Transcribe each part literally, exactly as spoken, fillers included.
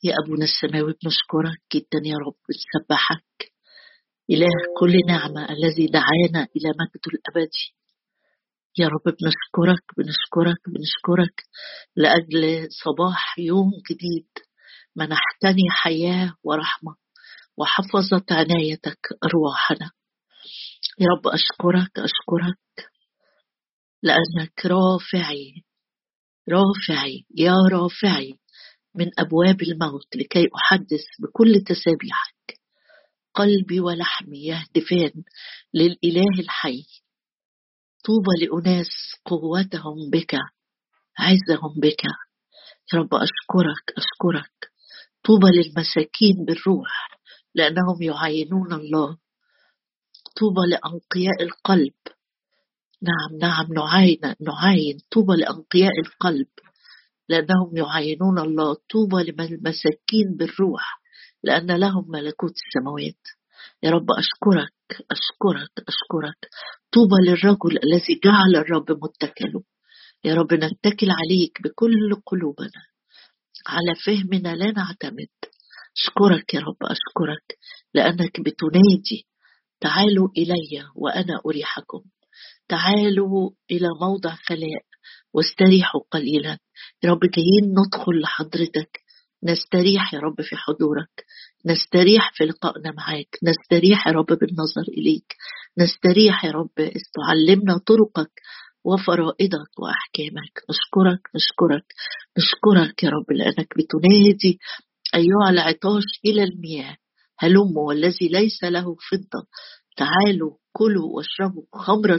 يا أبونا السماوي بنشكرك جدا يا رب، بنسبحك إله كل نعمة الذي دعانا إلى مجده الأبدي. يا رب بنشكرك بنشكرك بنشكرك لأجل صباح يوم جديد منحتني حياة ورحمة وحفظت عنايتك أرواحنا. يا رب أشكرك أشكرك لأنك رافعي رافعي يا رافعي من أبواب الموت لكي أحدث بكل تسابيحك. قلبي ولحمي يهدفان للإله الحي. طوبى لأناس قوتهم بك عزهم بك. يا رب أشكرك أشكرك. طوبى للمساكين بالروح لأنهم يعاينون الله. طوبى لأنقياء القلب. نعم نعم نعاين نعاين. طوبى لأنقياء القلب لأنهم يعاينون الله. طوبى للمساكين بالروح لأن لهم ملكوت السماوات. يا رب أشكرك أشكرك أشكرك. طوبى للرجل الذي جعل الرب متكله. يا رب نتكل عليك بكل قلوبنا، على فهمنا لا نعتمد. أشكرك يا رب أشكرك لأنك بتنادي تعالوا إلي وأنا أريحكم. تعالوا إلى موضع خلاء واستريحوا قليلا. يا رب جايين ندخل لحضرتك، نستريح يا رب في حضورك، نستريح في لقائنا معاك، نستريح يا رب بالنظر إليك، نستريح يا رب إذ تعلمنا طرقك وفرائضك وأحكامك. نشكرك نشكرك نشكرك يا رب لأنك بتنادي أيها العطاش إلى المياه هلموا، والذي ليس له فضة تعالوا كلوا واشربوا خمرا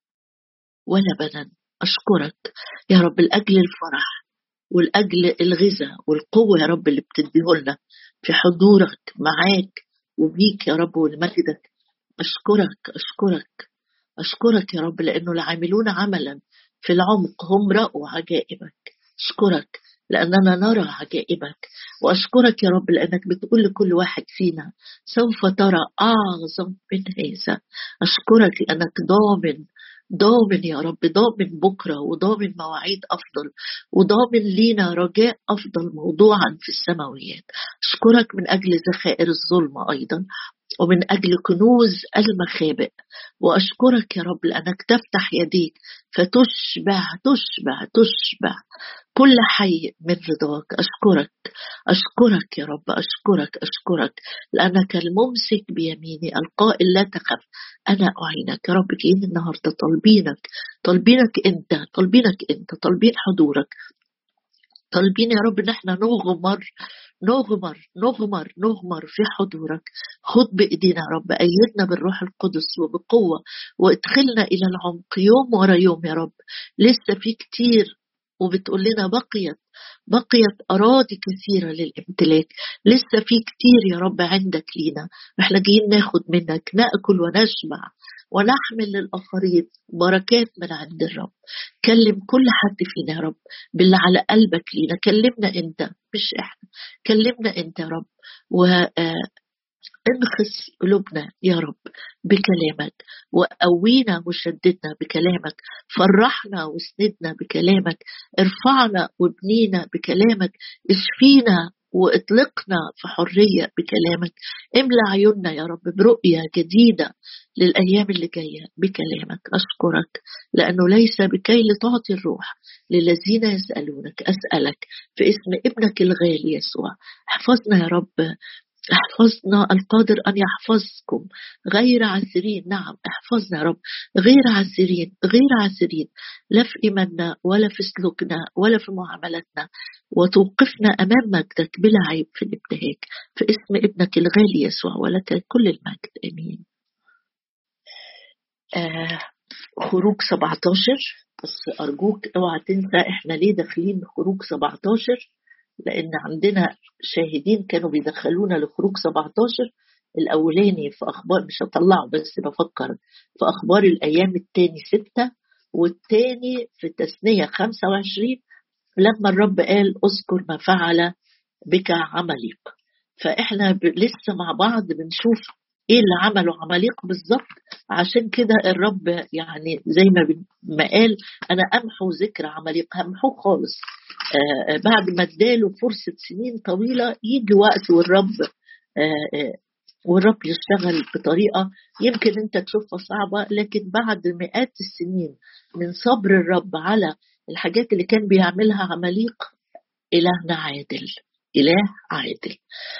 ولبنا. أشكرك يا رب لأجل الفرح والأجل الغذاء والقوة يا رب اللي بتديه لنا في حضورك معاك وبيك يا رب ولمجدك. أشكرك أشكرك أشكرك يا رب لأنه العاملون عملا في العمق هم رأوا عجائبك. أشكرك لأننا نرى عجائبك، وأشكرك يا رب لأنك بتقول لكل واحد فينا سوف ترى أعظم من هذا. أشكرك لأنك ضامن ضامن يا رب، ضامن بكرة وضامن مواعيد أفضل وضامن لينا رجاء أفضل موضوعا في السماويات. أشكرك من أجل ذخائر الظلمة أيضا ومن أجل كنوز المخابئ. وأشكرك يا رب لأنك تفتح يديك فتشبع تشبع تشبع كل حي من رضاك. أشكرك أشكرك يا رب أشكرك أشكرك لأنك الممسك بيميني القائل لا تخف أنا أعينك. يا رب جايين النهاردة طالبينك طالبينك أنت طالبينك أنت طالبين حضورك، طالبين يا رب ان احنا نغمر نغمر نغمر نغمر في حضورك. خد بايدينا يا رب، ايدنا بالروح القدس وبقوه وادخلنا الى العمق يوم ورا يوم يا رب. لسه في كتير وبتقول لنا بقيت بقيت أراضي كثيرة للامتلاك. لسه في كتير يا رب عندك لينا، احنا جايين ناخد منك نأكل ونشبع ونحمل للآخرين بركات من عند الرب. كلم كل حد فينا يا رب باللي على قلبك لينا. كلمنا انت مش احنا، كلمنا انت يا رب وانخس قلوبنا يا رب بكلامك، وقوينا وشددنا بكلامك، فرحنا واسندنا بكلامك، ارفعنا وابنينا بكلامك، اشفينا واطلقنا في حرية بكلامك. املى عيوننا يا رب برؤية جديدة للأيام اللي جاية بكلامك. أشكرك لأنه ليس بكي لتعطي الروح للذين يسألونك. أسألك في اسم ابنك الغالي يسوع احفظنا يا رب، احفظنا القادر أن يحفظكم غير عسرين. نعم احفظنا يا رب غير عسرين غير عسرين، لا في إيماننا ولا في سلوكنا ولا في معاملتنا، وتوقفنا أمام مجدك بلا عيب في الابتهاج في اسم ابنك الغالي يسوع، ولك كل المجد آمين. آه خروج سبعتاشر، بس أرجوك اوعى تنسى احنا ليه داخلين خروج سبعتاشر، لأن عندنا شاهدين كانوا بيدخلونا لخروج سبعتاشر. الأولاني في أخبار، مش هطلعه بس بفكر، في أخبار الأيام التاني ستة، والتاني في تثنية خمسة وعشرين لما الرب قال أذكر ما فعل بك عمليق. فإحنا لسه مع بعض بنشوف ايه اللي عمله عماليق بالظبط. عشان كده الرب يعني زي ما ما قال انا امحو ذكر عماليق، همحوه خالص. آه بعد ما اداله فرصه سنين طويله يجي وقت والرب آه آه والرب يشتغل بطريقه يمكن انت تشوفها صعبه، لكن بعد مئات السنين من صبر الرب على الحاجات اللي كان بيعملها عماليق، إلهنا عادل، إله عادل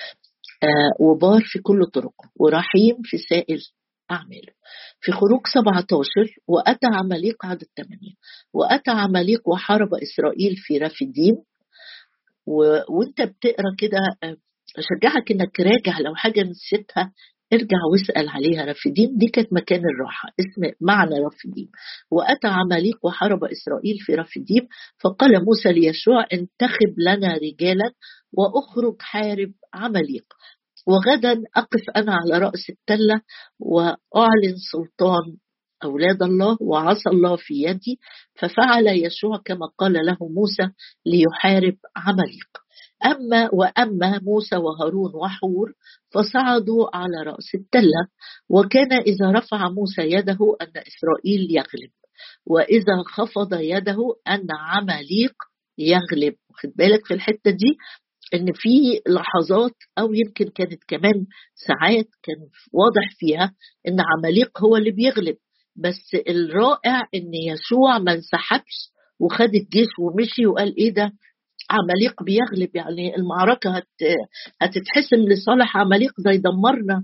آه وبار في كل طرقه ورحيم في سائر أعماله. في خروج سبعة عشر وأتى عماليق عدد ثمانية، وأتى عماليق وحارب إسرائيل في رفيديم. و... وانت بتقرأ كده آه أشجعك إنك راجع لو حاجة نسيتها، ارجع واسأل عليها. رفيديم دي كانت مكان الراحة، اسم معنى رفيديم. وأتى عماليق وحارب إسرائيل في رفيديم، فقال موسى ليشوع انتخب لنا رجالا وأخرج حارب عماليق، وغدا أقف أنا على رأس التلة وأعلن سلطان أولاد الله وعصى الله في يدي. ففعل يشوع كما قال له موسى ليحارب عماليق. أما وأما موسى وهارون وحور فصعدوا على رأس التلة، وكان إذا رفع موسى يده أن إسرائيل يغلب، وإذا خفض يده أن عماليق يغلب. خد بالك في الحتة دي إن في لحظات أو يمكن كانت كمان ساعات كان واضح فيها إن عماليق هو اللي بيغلب، بس الرائع إن يشوع ما انسحبش وخد الجيش ومشي وقال إيه ده عماليق بيغلب، يعني المعركة هت هتتحسم لصالح عماليق زي دمرنا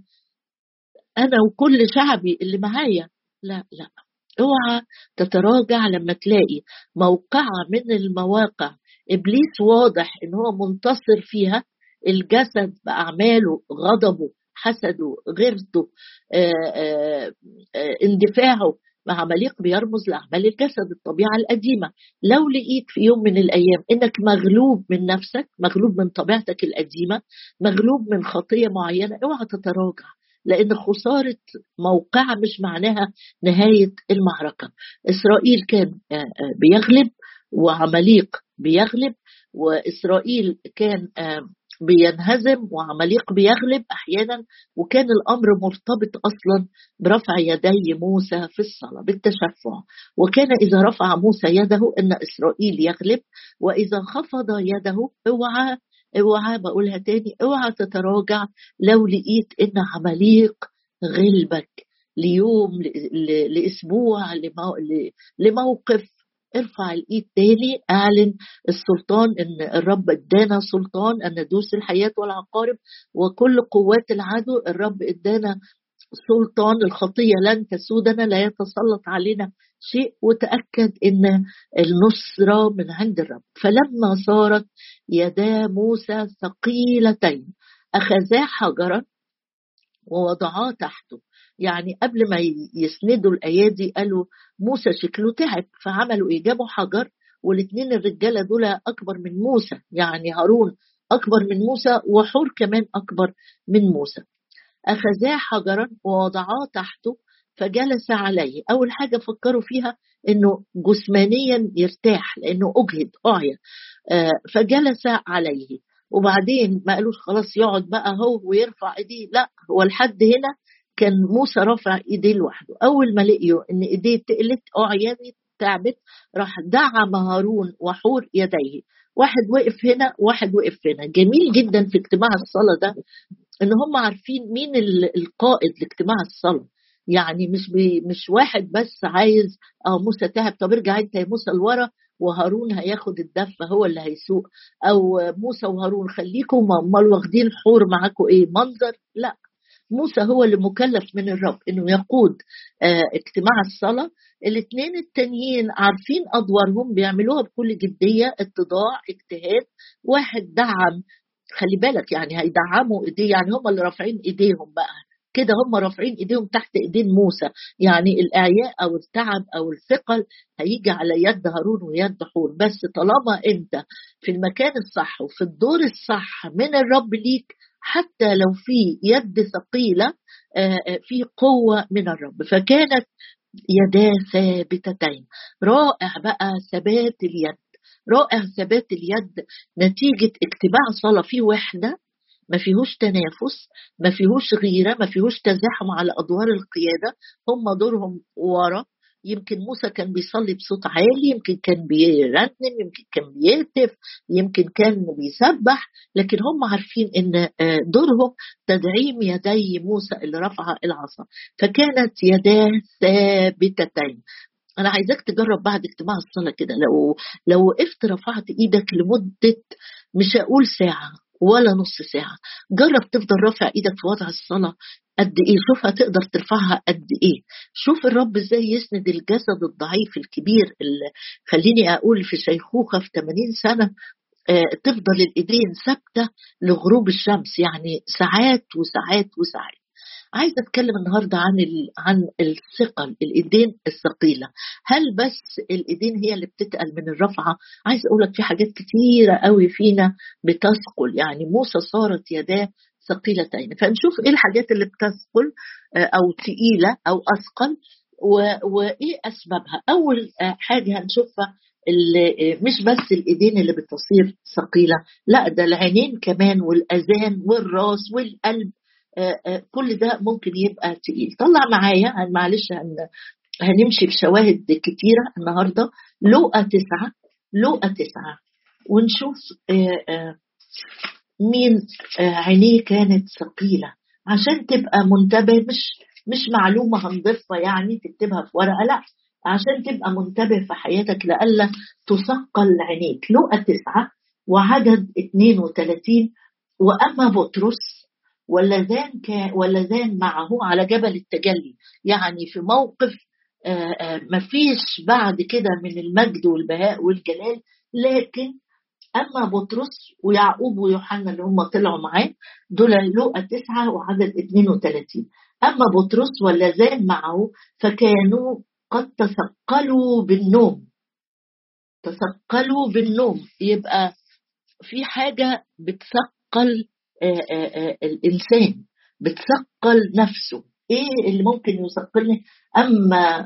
أنا وكل شعبي اللي معايا. لا لا، اوعى تتراجع لما تلاقي موقعة من المواقع إبليس واضح إن هو منتصر فيها، الجسد بأعماله، غضبه، حسده، غيرته، آآ آآ آآ اندفاعه مع عماليق بيرمز لأعمال الجسد، الطبيعة القديمة. لو لقيت في يوم من الأيام إنك مغلوب من نفسك، مغلوب من طبيعتك القديمة، مغلوب من خطية معينة، اوعى تتراجع، لأن خسارة موقعة مش معناها نهاية المعركة. إسرائيل كان بيغلب وعماليق بيغلب، وإسرائيل كان بينهزم وعماليق بيغلب أحيانا، وكان الأمر مرتبط أصلا برفع يدي موسى في الصلاة بالتشفع. وكان إذا رفع موسى يده أن إسرائيل يغلب، وإذا خفض يده اوعى اوعى بقولها تاني، اوعى تتراجع لو لقيت ان عماليق غلبك ليوم لاسبوع لموقف. ارفع الايد تاني، اعلن السلطان ان الرب ادانا سلطان ان ندوس الحياة والعقارب وكل قوات العدو. الرب ادانا سلطان، الخطية لن تسودنا، لا يتسلط علينا شيء. وتأكد ان النصرة من عند الرب. فلما صارت يدا موسى ثقيلتين أخذا حجرا ووضعاه تحته. يعني قبل ما يسندوا الأيادي قالوا موسى شكله تعب، فعملوا إيه؟ جابوا حجر، والاثنين الرجالة دول أكبر من موسى، يعني هارون أكبر من موسى وحور كمان أكبر من موسى. أخذا حجرا ووضعاه تحته فجلس عليه. أول حاجة فكروا فيها إنه جسمانيا يرتاح لأنه أجهد أعيا، آه فجلس عليه. وبعدين ما قالوش خلاص يقعد بقى هو ويرفع إيديه، لا، هو لحد هنا كان موسى رفع إيديه لوحده. أول ما لقيوا إن إيديه تقلت أعياني تعبت، راح دعم هارون وحور يديه، واحد وقف هنا واحد وقف هنا. جميل جدا في اجتماع الصلاة ده ان هم عارفين مين القائد لاجتماع الصلاة. يعني مش مش واحد بس عايز اه موسى تعب طب ارجع انت يا موسى لورا وهارون هياخد الدفة هو اللي هيسوق، او موسى وهارون خليكم امال واخدين حور معاكم ايه منظر. لا، موسى هو اللي مكلف من الرب انه يقود اه اجتماع الصلاة. الاثنين التانيين عارفين ادوارهم بيعملوها بكل جدية، اتضاع، اجتهاد. واحد دعم، خلي بالك يعني هيدعموا ايديه، يعني هم اللي رافعين ايديهم بقى كده، هم رافعين ايديهم تحت ايدين موسى. يعني الاعياء او التعب او الثقل هيجي على يد هارون ويد حور. بس طالما انت في المكان الصح وفي الدور الصح من الرب ليك، حتى لو في يد ثقيلة في قوة من الرب. فكانت يدا ثابتتين. رائع بقى ثبات اليد، رائع ثبات اليد نتيجة اجتماع صلاة فيه وحدة، ما فيهوش تنافس، ما فيهوش غيرة، ما فيهوش تزاحم على أدوار القيادة. هم دورهم ورا. يمكن موسى كان بيصلي بصوت عالي، يمكن كان بيرنم، يمكن كان بيهتف، يمكن كان بيسبح، لكن هم عارفين ان دورهم تدعيم يدي موسى اللي رفع العصا، فكانت يداه ثابتتين. انا عايزاك تجرب بعد اجتماع الصلاه كده، لو لو وقفت رفعت ايدك لمده، مش هقول ساعه ولا نص ساعه، جرب تفضل رافع ايدك في وضع الصلاه قد ايه. شوف هتقدر ترفعها قد ايه. شوف الرب ازاي يسند الجسد الضعيف الكبير اللي خليني اقول في شيخوخه في ثمانين سنه آه تفضل الايدين ثابته لغروب الشمس، يعني ساعات وساعات وساعات. عايزه اتكلم النهارده عن ال... عن الثقل، الايدين الثقيله. هل بس الايدين هي اللي بتتقل من الرفعه؟ عايزه اقول لك في حاجات كتيره قوي فينا بتثقل. يعني موسى صارت يداه ثقيلتين، فنشوف ايه الحاجات اللي بتثقل او تقيله او اثقل و... وايه اسبابها. اول حاجه هنشوفها اللي مش بس الايدين اللي بتصير ثقيله، لا ده العينين كمان والاذان والراس والقلب. آآ آآ كل ده ممكن يبقى تقيل. طلع معايا، معلش هن هنمشي بشواهد كتيرة النهاردة. لوقا تسعة، لوقا تسعة ونشوف آآ آآ مين عينيه كانت ثقيلة، عشان تبقى منتبه. مش مش معلومة هنضيفها يعني تكتبها في ورقة، لا، عشان تبقى منتبه في حياتك لألا تثقل عينيك. لوقا تسعة وعدد اثنين وثلاثين: وأما بطرس واللذان واللذان معه على جبل التجلي، يعني في موقف مفيش بعد كده من المجد والبهاء والجلال، لكن أما بطرس ويعقوب ويوحنا اللي هم طلعوا معاه دول. لوقا تسعة وعدد اثنين وثلاثين: أما بطرس واللذان معه فكانوا قد تثقلوا بالنوم. تثقلوا بالنوم، يبقى في حاجة بتثقل آآ آآ الإنسان، بتثقل نفسه. إيه اللي ممكن يثقلني؟ أما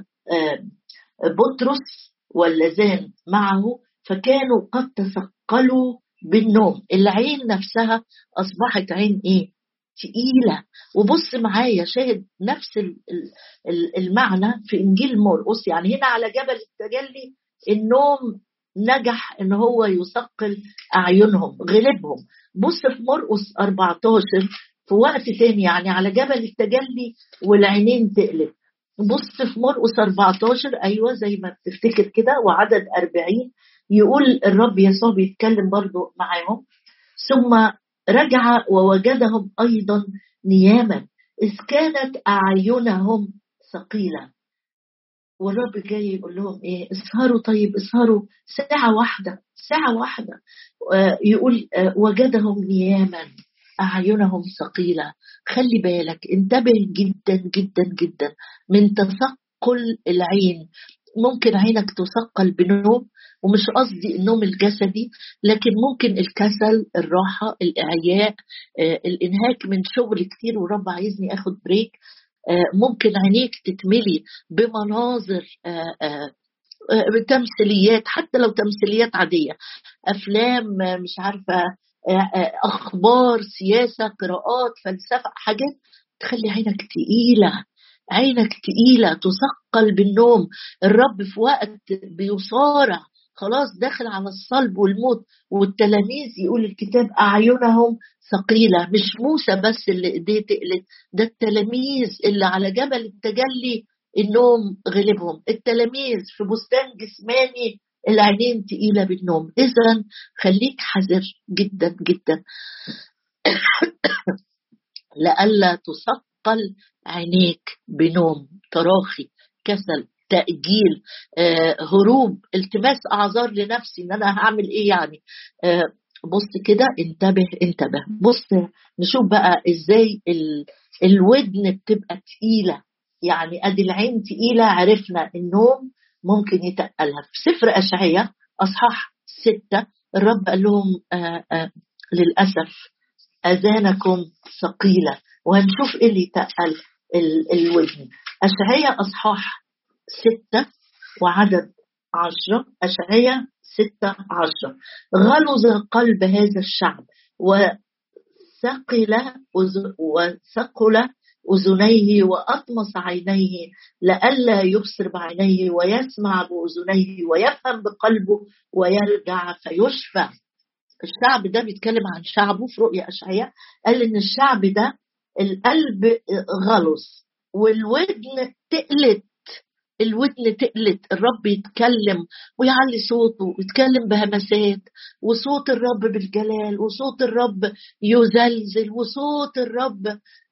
بطرس واللذان معه فكانوا قد تثقلوا بالنوم. العين نفسها أصبحت عين إيه؟ تقيلة. وبص معايا شاهد نفس المعنى في إنجيل مرقس. يعني هنا على جبل التجلي النوم نجح إن هو يثقل أعينهم، غلبهم. بص في مرقس أربعة عشر في وقت تاني، يعني على جبل التجلي والعينين تقلب. بص في مرقس أربعة عشر، أيوة زي ما بتفتكر كده، وعدد أربعين يقول الرب يسوع بيتكلم برضو معاهم: ثم رجع ووجدهم أيضا نياما إذ كانت أعينهم ثقيلة. والرب جاي يقول لهم إيه؟ اسهروا، طيب اسهروا ساعة واحدة، ساعة واحدة. آه يقول آه وجدهم نياما أعينهم ثقيلة. خلي بالك، انتبه جدا جدا جدا من تثقل العين. ممكن عينك تثقل بنوم، ومش قصدي النوم الجسدي، لكن ممكن الكسل، الراحة، الإعياء، آه الإنهاك من شغل كتير ورب عايزني أخد بريك. آه ممكن عينيك تتملي بمناظر آه آه تمثيليات، حتى لو تمثيليات عادية، أفلام، مش عارفة، أخبار، سياسة، قراءات، فلسفة، حاجات تخلي عينك تقيلة. عينك تقيلة تثقل بالنوم. الرب في وقت بيصارع خلاص داخل على الصلب والموت، والتلاميذ يقول الكتاب أعينهم ثقيلة. مش موسى بس اللي ايديه تقلت، ده التلاميذ اللي على جبل التجلي النوم غلبهم. التلاميذ في بستان جسماني العينين تقيلة بالنوم. إذن خليك حذر جدا جدا لألا تثقل عينيك بنوم، تراخي، كسل، تأجيل، آه، هروب، التماس أعذار لنفسي إن أنا هعمل إيه يعني. آه، بص كده، انتبه انتبه. بص نشوف بقى إزاي ال... الودن بتبقى تقيلة. يعني أدي العين تقيلة، عرفنا النوم ممكن يتقلها. في سفر أشعياء أصحاح ستة الرب قال لهم آآ آآ للأسف أذانكم ثقيلة. وهنشوف إيه اللي يتقل الودن. أشعياء أصحاح ستة وعدد عشرة. أشعياء ستة عشرة: غلظ قلب هذا الشعب ثقل وثقل أذنيه وأطمس عينيه لئلا يبصر بعينيه ويسمع بأذنيه ويفهم بقلبه ويرجع فيشفى. الشعب ده بيتكلم عن شعبه في رؤيا أشعياء، قال إن الشعب ده القلب غلظ والودن تقلت، الودن تقلت. الرب يتكلم ويعلي صوته ويتكلم بهمسات، وصوت الرب بالجلال، وصوت الرب يزلزل، وصوت الرب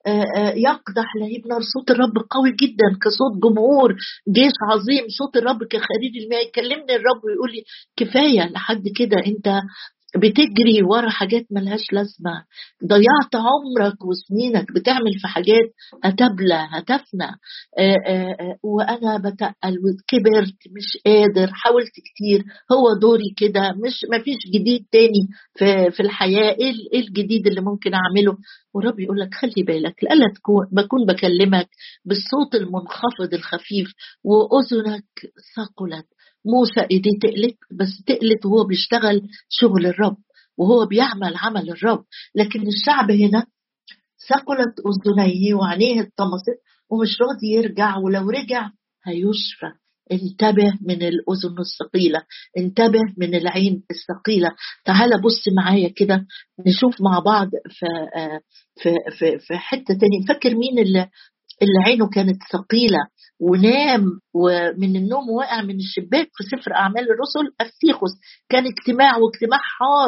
يقدح لهيب نار. صوت الرب قوي جدا كصوت جمهور جيش عظيم. صوت الرب كخريج الماء. يكلمني الرب ويقول لي كفاية لحد كده، انت بتجري ورا حاجات ملهاش لازمة، ضيعت عمرك وسنينك بتعمل في حاجات هتبلى هتفنى. آآ آآ وأنا بتقل وكبرت مش قادر، حاولت كتير، هو دوري كده، مش مفيش جديد تاني في, في الحياة. ايه الجديد اللي ممكن أعمله؟ ورب يقول لك خلي بالك لألا تكون بكون بكلمك بالصوت المنخفض الخفيف وأذنك ثقلت. موسى ايديه تقلت، بس تقلت وهو بيشتغل شغل الرب وهو بيعمل عمل الرب. لكن الشعب هنا ثقلت أذنيه وعينيه اتطمست ومش راضي يرجع، ولو رجع هيشفى. انتبه من الأذن الثقيلة، انتبه من العين الثقيلة. تعال بص معايا كده نشوف مع بعض في في في, في حتة تاني. فاكر مين اللي اللي عينه كانت ثقيلة ونام ومن النوم وقع من الشباك في سفر أعمال الرسل؟ أفتيخوس. كان اجتماع واجتماع حار،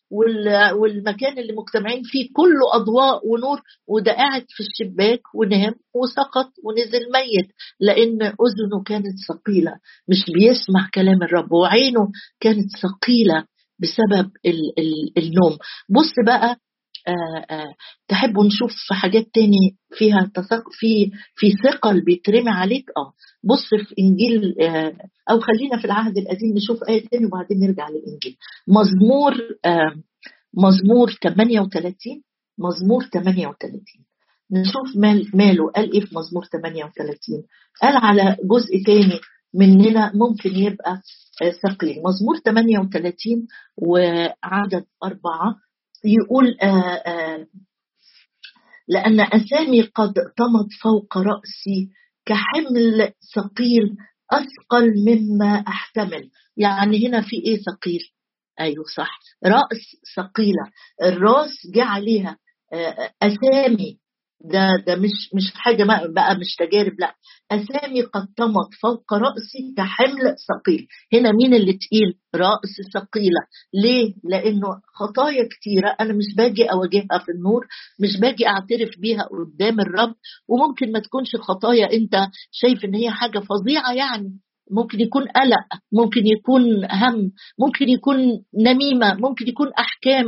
والمكان اللي مجتمعين فيه كله أضواء ونور، وده قاعد في الشباك ونام وسقط ونزل ميت لأن أذنه كانت ثقيلة، مش بيسمع كلام الرب، وعينه كانت ثقيلة بسبب ال ال النوم. بص بقى، آآ آآ تحبوا نشوف في حاجات تاني فيها تثق في في ثقل بيترمي عليك؟ اه بص في انجيل، او خلينا في العهد القديم نشوف ايه تاني وبعدين نرجع للانجيل. مزمور مزمور ثمانية وثلاثين. مزمور ثمانية وثلاثين نشوف مال ماله قال ايه في مزمور ثمانية وثلاثين. قال على جزء تاني مننا ممكن يبقى ثقيل. مزمور ثمانية وثلاثين وعدد أربعة يقول آآ آآ لأن أسامي قد طمت فوق رأسي كحمل ثقيل أثقل مما أحتمل. يعني هنا في إيه ثقيل؟ أيوه صح، رأس ثقيلة. الرأس جه عليها أسامي، ده ده مش مش حاجة بقى مش تجارب، لا، أسامي قد طمت فوق رأسي كحمل ثقيل. هنا مين اللي تقيل؟ رأس ثقيلة. ليه؟ لأنه خطايا كتيرة أنا مش باجي أواجهها في النور، مش باجي أعترف بيها قدام الرب. وممكن ما تكونش خطايا أنت شايف إن هي حاجة فظيعة، يعني ممكن يكون قلق، ممكن يكون هم، ممكن يكون نميمة، ممكن يكون أحكام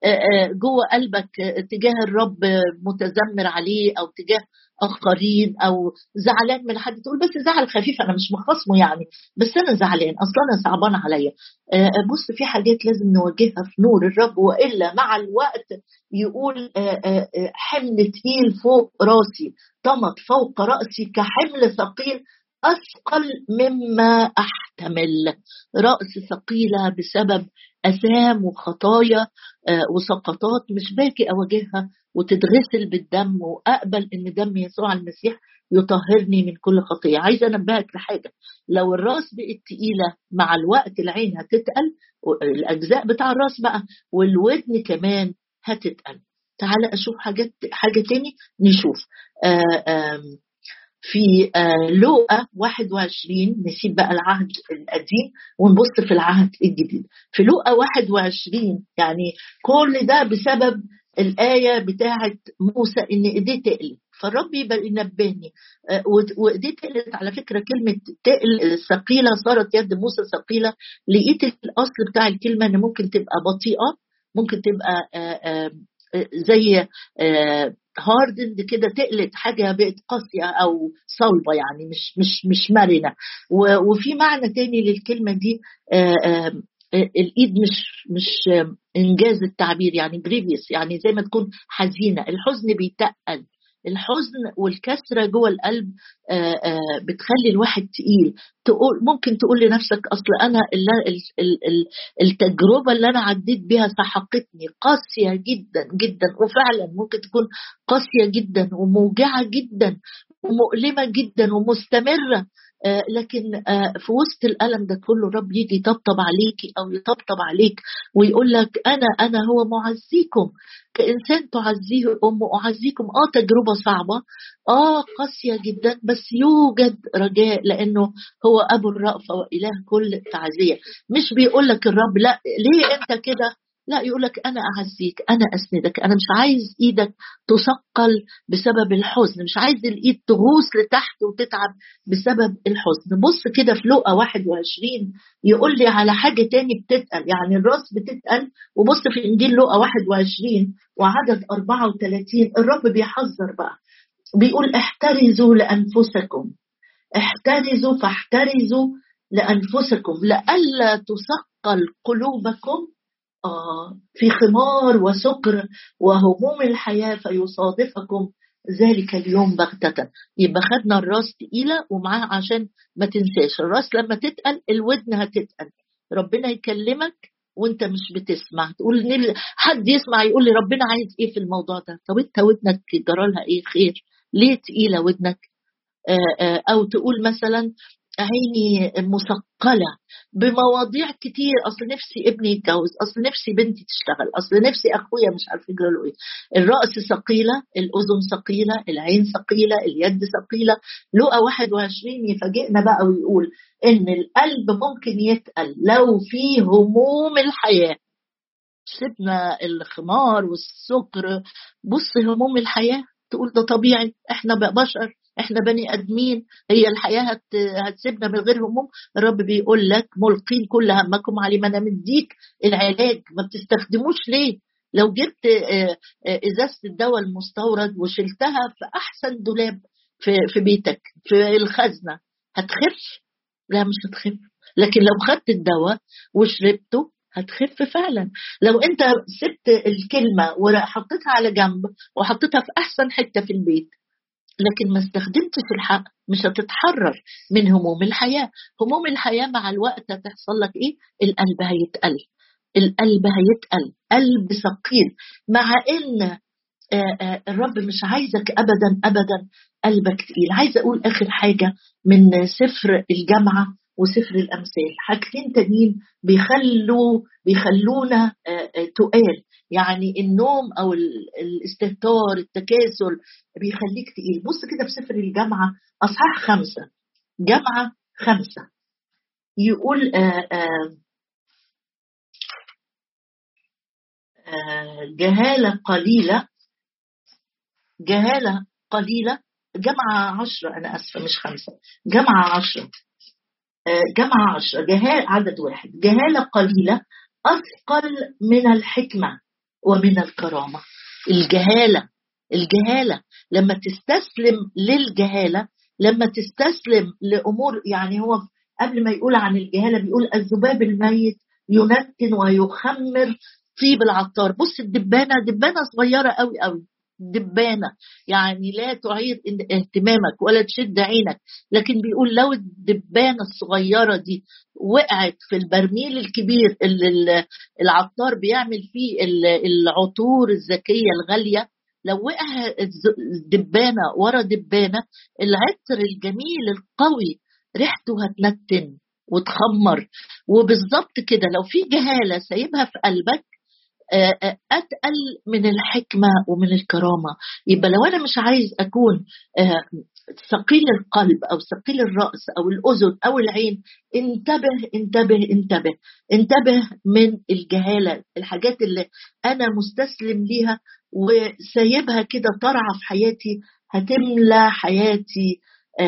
جوه قلبك تجاه الرب متذمر عليه أو تجاه آخرين، أو زعلان من حد تقول بس زعل خفيف أنا مش مخصمه يعني، بس أنا زعلان أصلا أنا صعبان عليا. بص في حاجات لازم نواجهها في نور الرب، وإلا مع الوقت يقول حمل تقيل فوق راسي، طمت فوق رأسي كحمل ثقيل أثقل مما أحتمل. رأس ثقيلة بسبب أثام وخطايا وسقطات مش باكي أواجهها وتتغسل بالدم، وأقبل إن دم يسوع المسيح يطهرني من كل خطية. عايزة أنبهك لحاجة، لو الرأس بقت تقيلة مع الوقت العين هتتقل، الأجزاء بتاع الرأس بقى والودن كمان هتتقل. تعال أشوف حاجات حاجة تاني نشوف. آآ آآ في لوقا واحد وعشرين، نسيب بقى العهد القديم ونبص في العهد الجديد. في لوقا واحد وعشرين يعني كل ده بسبب الآية بتاعت موسى إن إيديه تقلت، فالرب يبقى ينبهني وإيديه تقلت. على فكرة كلمة تقل ثقيلة صارت يد موسى ثقيلة، لقيت الأصل بتاع الكلمة إن ممكن تبقى بطيئة، ممكن تبقى آآ آآ زي هاردند كده، تقلت حاجة بقت قاسية أو صلبة، يعني مش مش مش مرنة. وفي معنى تاني للكلمة دي، آآ آآ الإيد مش مش إنجاز التعبير، يعني جريفيس، يعني زي ما تكون حزينة. الحزن بيتقل، الحزن والكسرة جوه القلب آآ آآ بتخلي الواحد تقيل. تقول ممكن تقول لنفسك أصل أنا التجربة اللي أنا عديت بيها سحقتني قاسية جدا جدا، وفعلا ممكن تكون قاسية جدا وموجعة جدا ومؤلمة جدا ومستمرة. آه لكن آه في وسط الألم ده كله الرب يجي يطبطب عليكي أو يطبطب عليك ويقول لك أنا أنا هو معزيكم كإنسان تعزيه أمه أعزيكم. آه تجربة صعبة، آه قاسية جدا، بس يوجد رجاء لأنه هو أبو الرأفة وإله كل تعزية. مش بيقول لك الرب لا ليه أنت كده، لا يقولك أنا أعزيك، أنا أسندك، أنا مش عايز إيدك تثقل بسبب الحزن، مش عايز الإيد تغوص لتحت وتتعب بسبب الحزن. بص كده في لوقا واحد وعشرين يقول لي على حاجة تاني بتتقل، يعني الراس بتتقل. وبص في إنجيل لوقا واحد وعشرين وعدد أربعة وثلاثين الرب بيحذر بقى، بيقول احترزوا لأنفسكم، احترزوا فاحترزوا لأنفسكم لئلا تثقل قلوبكم آه في خمار وسكر وهموم الحياة فيصادفكم ذلك اليوم بغتة. يبقى خدنا الراس تقيلة ومعاها عشان ما تنساش الراس لما تتقل الودن هتتقل. ربنا يكلمك وانت مش بتسمع، تقول حد يسمع يقول لي ربنا عايز ايه في الموضوع ده، طب انت ودنك جرالها ايه خير؟ ليه تقيلة ودنك؟ آآ آآ أو تقول مثلا عيني مثقلة بمواضيع كتير، أصل نفسي ابني يتجوز، أصل نفسي بنتي تشتغل، أصل نفسي أخويا مش عارف يجرى له إيه. الرأس ثقيلة، الأذن ثقيلة، العين ثقيلة، اليد ثقيلة. لوقا واحد وعشرين يفاجئنا بقى ويقول إن القلب ممكن يتقل لو في هموم الحياة. سيبنا الخمار والسكر، بص هموم الحياة تقول ده طبيعي، احنا بشر، احنا بني ادمين، هي الحياة هت... هتسيبنا من غير هموم. الرب بيقول لك ملقين كل همكم علي، ما انا مديك العلاج ما بتستخدموش ليه؟ لو جبت ازازة الدواء المستورد وشلتها في احسن دولاب في في بيتك في الخزنة هتخف؟ لا مش هتخف. لكن لو خدت الدواء وشربته هتخف فعلا. لو انت سبت الكلمة وحطيتها على جنب وحطيتها في احسن حتة في البيت لكن ما استخدمتش الحق مش هتتحرر من هموم الحياة. هموم الحياة مع الوقت هتحصل لك ايه؟ القلب هيتقل، القلب هيتقل، قلب ثقيل. مع ان آآ آآ الرب مش عايزك ابدا ابدا قلبك تقيل. عايزه اقول اخر حاجه من سفر الجامعه وسفر الامثال، حاجتين تانيين بيخلوا بيخلونا تقال، يعني النوم او الاستهتار التكاسل بيخليك تقيل. بص كده في سفر الجامعه اصحاح خمسة، جامعه خمسة يقول آآ آآ آآ جهاله قليله، جهالة قليلة. جمعة عشرة أنا أسفة مش خمسة، جمعة عشرة، جمعة عشرة جهالة عدد واحد. جهالة قليلة أثقل من الحكمة ومن الكرامة. الجهالة الجهالة لما تستسلم للجهالة، لما تستسلم لأمور، يعني هو قبل ما يقول عن الجهالة بيقول الذباب الميت ينتن ويخمر طيب العطار. بص الدبانة، دبانة صغيرة قوي قوي، دبانة يعني لا تعير اهتمامك ولا تشد عينك، لكن بيقول لو الدبانة الصغيرة دي وقعت في البرميل الكبير اللي العطار بيعمل فيه العطور الذكية الغالية، لو وقع الدبانة ورا دبانة العطر الجميل القوي ريحته هتنتن وتخمر. وبالضبط كده لو في جهالة سايبها في قلبك أتقل من الحكمة ومن الكرامة. يبقى لو أنا مش عايز أكون ثقيل القلب أو ثقيل الرأس أو الأذن أو العين، انتبه انتبه انتبه انتبه من الجهالة، الحاجات اللي أنا مستسلم ليها وسايبها كده طرعة في حياتي هتملى حياتي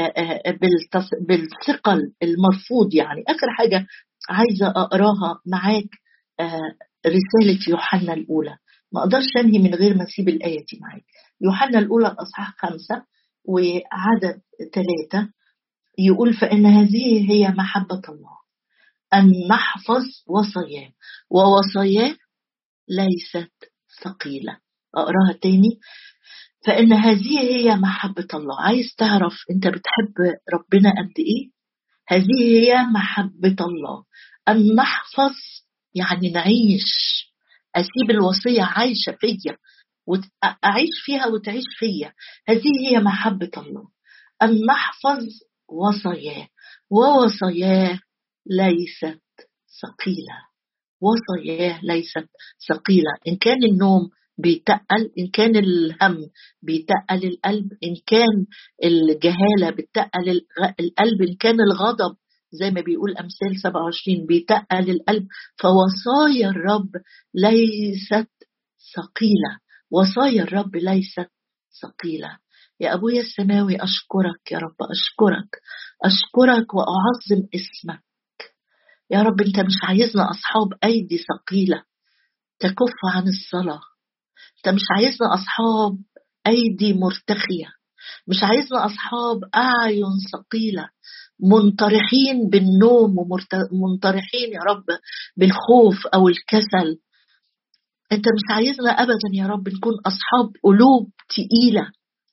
بالثقل المرفوض. يعني آخر حاجة عايزة أقراها معاك رسالة يوحنا الأولى، ما أقدرش أنهي من غير ما أسيب الآية دي معاك. يوحنا الأولى الأصحاح خمسة وعدد ثلاثة يقول فإن هذه هي محبة الله أن نحفظ وصاياه ووصاياه ليست ثقيلة. أقراها تاني، فإن هذه هي محبة الله. عايز تعرف أنت بتحب ربنا قد إيه؟ هذه هي محبة الله، أن نحفظ يعني نعيش، أسيب الوصية عايشة فيا وأعيش فيها وتعيش فيا. هذه هي محبة الله، أن نحفظ وصاياه، ووصاياه ليست ثقيلة. وصاياه ليست ثقيلة. إن كان النوم بيتقل، إن كان الهم بيتقل القلب، إن كان الجهالة بتقل القلب، إن كان الغضب زي ما بيقول أمثال سبعة وعشرين بيتقل القلب، فوصايا الرب ليست ثقيلة. وصايا الرب ليست ثقيلة. يا أبويا السماوي أشكرك يا رب، أشكرك أشكرك وأعظم اسمك يا رب. أنت مش عايزنا أصحاب أيدي ثقيلة تكف عن الصلاة. أنت مش عايزنا أصحاب أيدي مرتخية. مش عايزنا أصحاب أعين ثقيلة منطرحين بالنوم ومنطرحين يا رب بالخوف أو الكسل. أنت مش عايزنا أبدا يا رب نكون أصحاب قلوب تقيلة.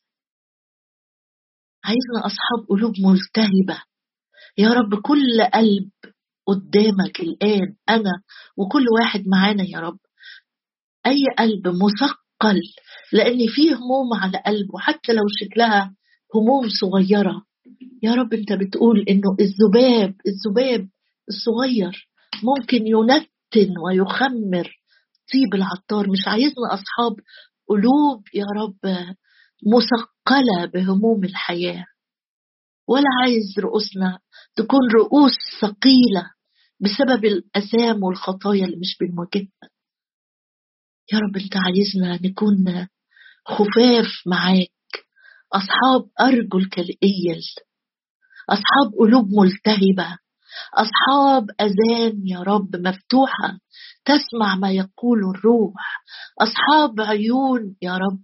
عايزنا أصحاب قلوب ملتهبة يا رب. كل قلب قدامك الآن أنا وكل واحد معانا يا رب، أي قلب مثقل، لأن فيه هموم على قلبه حتى لو شكلها هموم صغيرة. يا رب أنت بتقول إنه الذباب الذباب الصغير ممكن ينتن ويخمر طيب العطار. مش عايزنا أصحاب قلوب يا رب مثقلة بهموم الحياة، ولا عايز رؤوسنا تكون رؤوس ثقيلة بسبب الأثام والخطايا اللي مش بنواجهها. يا رب أنت عايزنا نكون خفاف معاك، أصحاب أرجل كالإيل، أصحاب قلوب ملتهبة، أصحاب أذان يا رب مفتوحة تسمع ما يقول الروح، أصحاب عيون يا رب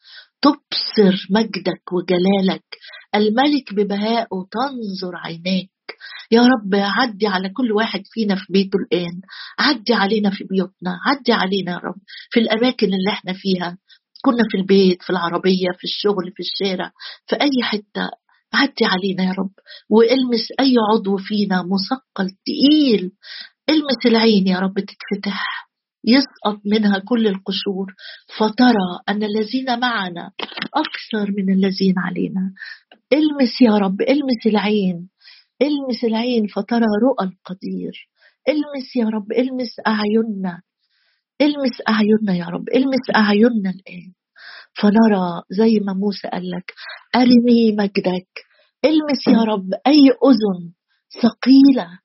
تبصر مجدك وجلالك، الملك ببهائه تنظر عيناك. يا رب عدي على كل واحد فينا في بيته الآن، عدي علينا في بيوتنا، عدي علينا يا رب في الأماكن اللي احنا فيها، كنا في البيت، في العربية، في الشغل، في الشارع، في أي حتة. عدي علينا يا رب والمس أي عضو فينا مثقل تقيل. المس العين يا رب تتفتح، يسقط منها كل القشور، فترى أن الذين معنا أكثر من الذين علينا. المس يا رب، المس العين، المس العين فترى رؤى القدير. المس يا رب، المس أعيننا، المس أعيننا يا رب، المس أعيننا الآن فنرى زي ما موسى قال لك أرني مجدك. المس يا رب أي أذن ثقيلة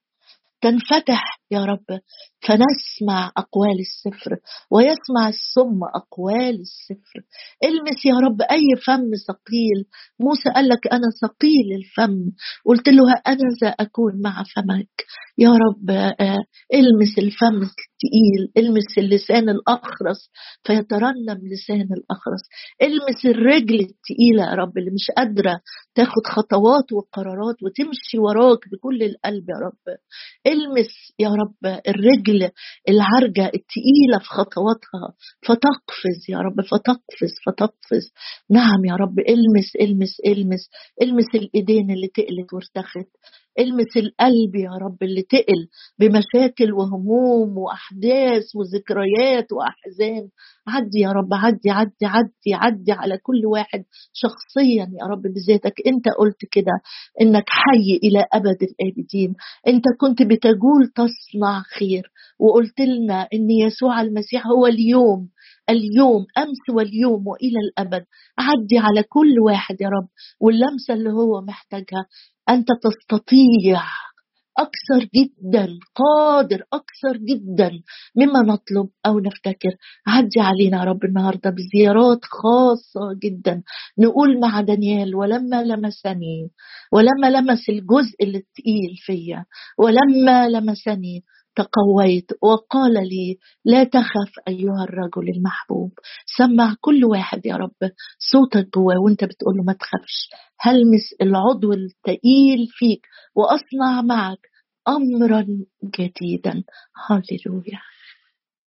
تنفتح يا رب فنسمع أقوال السفر ويسمع السم أقوال السفر. المس يا رب أي فم ثقيل. موسى قال لك أنا ثقيل الفم، قلت له أنا ذا أكون مع فمك. يا رب المس الفم الثقيل، المس اللسان الأخرس فيترنم لسان الأخرس، المس الرجل الثقيلة يا رب اللي مش قادرة تاخد خطوات وقرارات وتمشي وراك بكل القلب يا رب. المس يا رب الرجل العرجة التقيلة في خطواتها فتقفز يا رب، فتقفز فتقفز. نعم يا رب المس المس المس المس الإيدين اللي تقلت وارتخت، المس القلب يا رب اللي تقل بمشاكل وهموم وأحداث وذكريات وأحزان. عدي يا رب، عدي عدي عدي عدي على كل واحد شخصيا يا رب بذاتك. انت قلت كده انك حي إلى أبد الآبدين، انت كنت بتقول تصنع خير، وقلت لنا ان يسوع المسيح هو اليوم اليوم أمس واليوم وإلى الأبد. عدي على كل واحد يا رب واللمسة اللي هو محتاجها. أنت تستطيع أكثر جدا، قادر أكثر جدا مما نطلب أو نفتكر. عدي علينا يا رب النهاردة بزيارات خاصة جدا، نقول مع دانيال ولما لمسني، ولما لمس الجزء اللي تقيل فيا، ولما لمسني تقويت وقال لي لا تخف أيها الرجل المحبوب. سمع كل واحد يا رب صوتك جواه وانت بتقول له ما تخافش، هلمس العضو الثقيل فيك وأصنع معك أمرا جديدا. هاليلويا.